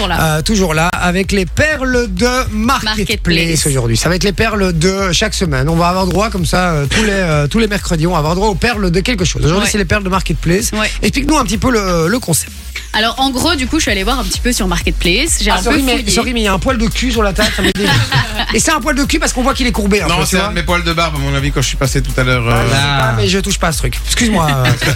Toujours là, avec les perles de Marketplace aujourd'hui. Ça va être les perles de chaque semaine. On va avoir droit, comme ça, tous les mercredis, on va avoir droit aux perles de quelque chose. Aujourd'hui, c'est les perles de Marketplace. Ouais. Explique-nous un petit peu le concept. Alors en gros, du coup, je suis allée voir un petit peu sur Marketplace. J'ai un peu fouillé. Mais il y a un poil de cul sur la table. Ça Et c'est un poil de cul parce qu'on voit qu'il est courbé. Non, c'est un de mes poils de barbe, à mon avis, quand je suis passé tout à l'heure. Mais je touche pas à ce truc. Excuse-moi.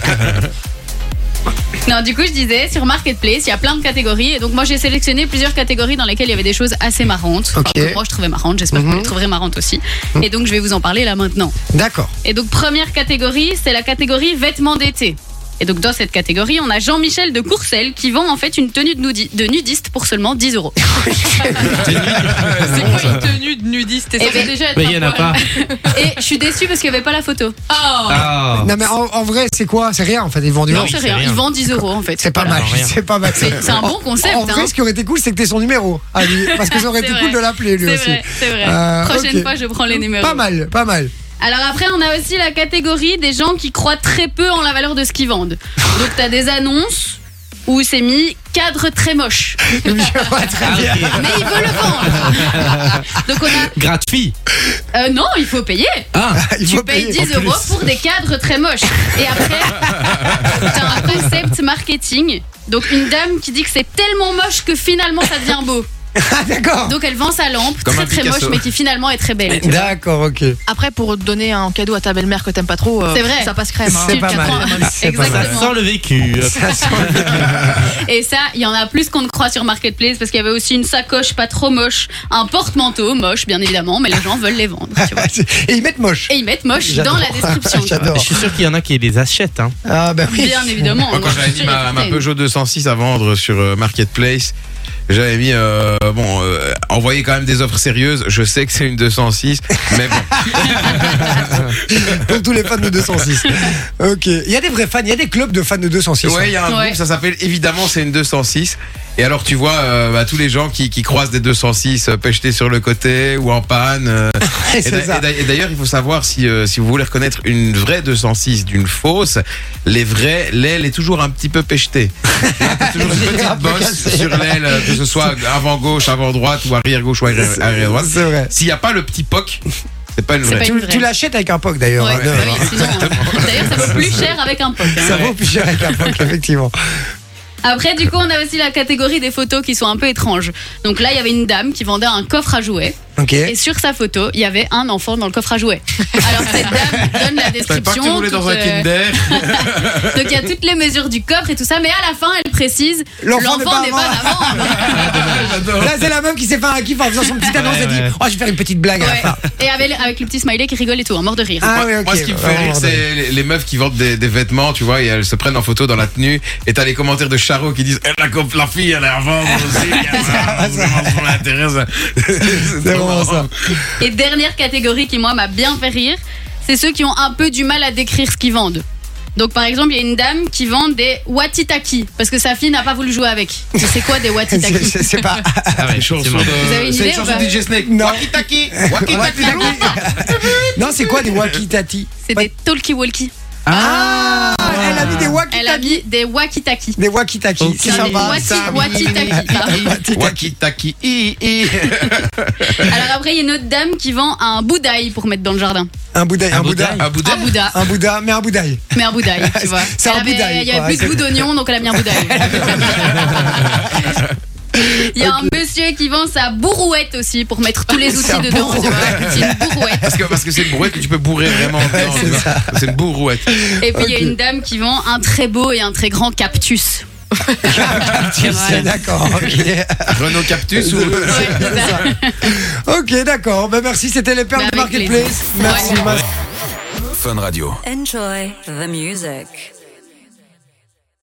Non, du coup, je disais, sur Marketplace, il y a plein de catégories. Et donc, moi, j'ai sélectionné plusieurs catégories dans lesquelles il y avait des choses assez marrantes. Okay. Que moi, je trouvais marrantes. J'espère que vous les trouverez marrantes aussi. Et donc, je vais vous en parler là maintenant. D'accord. Et donc, première catégorie, c'est la catégorie vêtements d'été. Et donc, dans cette catégorie, on a Jean-Michel de Courcelles qui vend en fait une tenue de nudiste pour seulement 10 €. C'est quoi une tenue de nudiste? T'es censé déjà être. Mais il n'y en a pas. Et je suis déçue parce qu'il n'y avait pas la photo. Non, mais en vrai, c'est quoi? C'est rien en fait. Ils vendent Non, c'est rien. Ils vendent 10 € en fait. C'est pas mal. C'est pas mal. C'est un bon concept. En vrai, ce qui aurait été cool, c'est que t'aies son numéro à lui. Parce que ça aurait été cool de l'appeler lui aussi. C'est vrai. Prochaine fois, je prends les numéros. Pas mal. Alors après, on a aussi la catégorie des gens qui croient très peu en la valeur de ce qu'ils vendent. Donc t'as des annonces où c'est mis cadre très moche. Très bien. Mais il veut le vendre. Donc on a gratuit. Non, il faut payer. Tu payes 10 € pour des cadres très moches. Et après, t'as un concept marketing. Donc une dame qui dit que c'est tellement moche que finalement ça devient beau. Ah, d'accord. Donc elle vend sa lampe Comme très moche mais qui finalement est très belle. D'accord, ok. Après, pour donner un cadeau à ta belle-mère que t'aimes pas trop, c'est vrai. Ça passe crème. C'est pas mal. Exactement. Ça sent le vécu. Et ça, il y en a plus qu'on ne croit sur Marketplace parce qu'il y avait aussi une sacoche pas trop moche, un porte-manteau moche bien évidemment, mais les gens veulent les vendre. Tu vois. Et ils mettent moche. Et ils mettent moche dans la description. J'adore. Je suis sûr qu'il y en a qui les achètent. Hein. Ah bah oui. Bien évidemment. Moi, quand j'avais mis ma Peugeot 206 à vendre sur Marketplace, j'avais mis envoyer quand même des offres sérieuses. Je sais que c'est une 206, mais bon. Pour tous les fans de 206. Ok. Il y a des vrais fans, il y a des clubs de fans de 206. Ouais, il y a un groupe, ça s'appelle évidemment c'est une 206. Et alors tu vois tous les gens qui croisent des 206 pêchetés sur le côté ou en panne. Et d'ailleurs il faut savoir si vous voulez reconnaître une vraie 206 d'une fausse, les vraies, l'aile est toujours un petit peu pêchetée. T'as toujours une petite bosse sur l'aile, que ce soit avant gauche, avant droite ou arrière gauche ou arrière droite. C'est vrai. S'il n'y a pas le petit POC, c'est pas une vraie. Tu l'achètes avec un POC d'ailleurs. Ouais, d'ailleurs ça vaut plus cher avec un POC. Ça vaut plus cher avec un POC, effectivement. Après, du coup, on a aussi la catégorie des photos qui sont un peu étranges. Donc là, il y avait une dame qui vendait un coffre à jouets. Ok. Et sur sa photo, il y avait un enfant dans le coffre à jouets. Alors cette dame donne la Je savais pas que tu description. roulais dans un Kinder. Donc il y a toutes les mesures du coffre et tout ça, mais à la fin, elle précise l'enfant n'est pas à vendre. Là, c'est la meuf qui s'est fait un kiff en faisant son petit annonce et dit oh, je vais faire une petite blague à la fin. Et avec le petit smiley qui rigole et tout, en mort de rire. Ah oui, ok. Moi, ce qui me fait rire, c'est les meufs qui vendent des vêtements, tu vois, et elles se prennent en photo dans la tenue. Et t'as les commentaires de Charo qui disent la fille, elle est à vendre aussi. Ça m'intéresse. C'est vraiment ça. Et dernière catégorie qui, moi, m'a bien fait rire, c'est ceux qui ont un peu du mal à décrire ce qu'ils vendent. Donc, par exemple, il y a une dame qui vend des watitaki parce que sa fille n'a pas voulu jouer avec. C'est quoi des watitaki? Je sais pas. Une chanson Vous avez une c'est idée une chanson ou pas? de DJ Snake. Non. Wakitaki. Non, c'est quoi des wakitati? C'est des talkie-walkie. Ah, elle a mis des wakitaki. Elle a mis des wakitaki. Des wakitaki. Ok. C'est sympa. Wakitaki. Alors après, il y a une autre dame qui vend un boudaï pour mettre dans le jardin. Un boudaï. Un Bouddha. Un Bouddha, Un Bouddha, mais un boudaï. mais un boudaï, tu vois. C'est un boudaï, Il y avait quoi. plus de goût d'oignon, donc elle a mis un boudaï. Il y a un monsieur qui vend sa bourrouette aussi pour mettre tous les outils dedans. Tu vois. C'est une bourrouette. Parce que c'est une brouette que tu peux bourrer vraiment dedans. C'est tu vois. ça. C'est une bourrouette. Et puis il y a une dame qui vend un très beau et un très grand cactus. C'est d'accord, ok. Renault Cactus ou... Ok, d'accord. Ben merci, c'était les perles de Avec Marketplace. plaisir. Merci. Ouais. Fun Radio. Enjoy the music.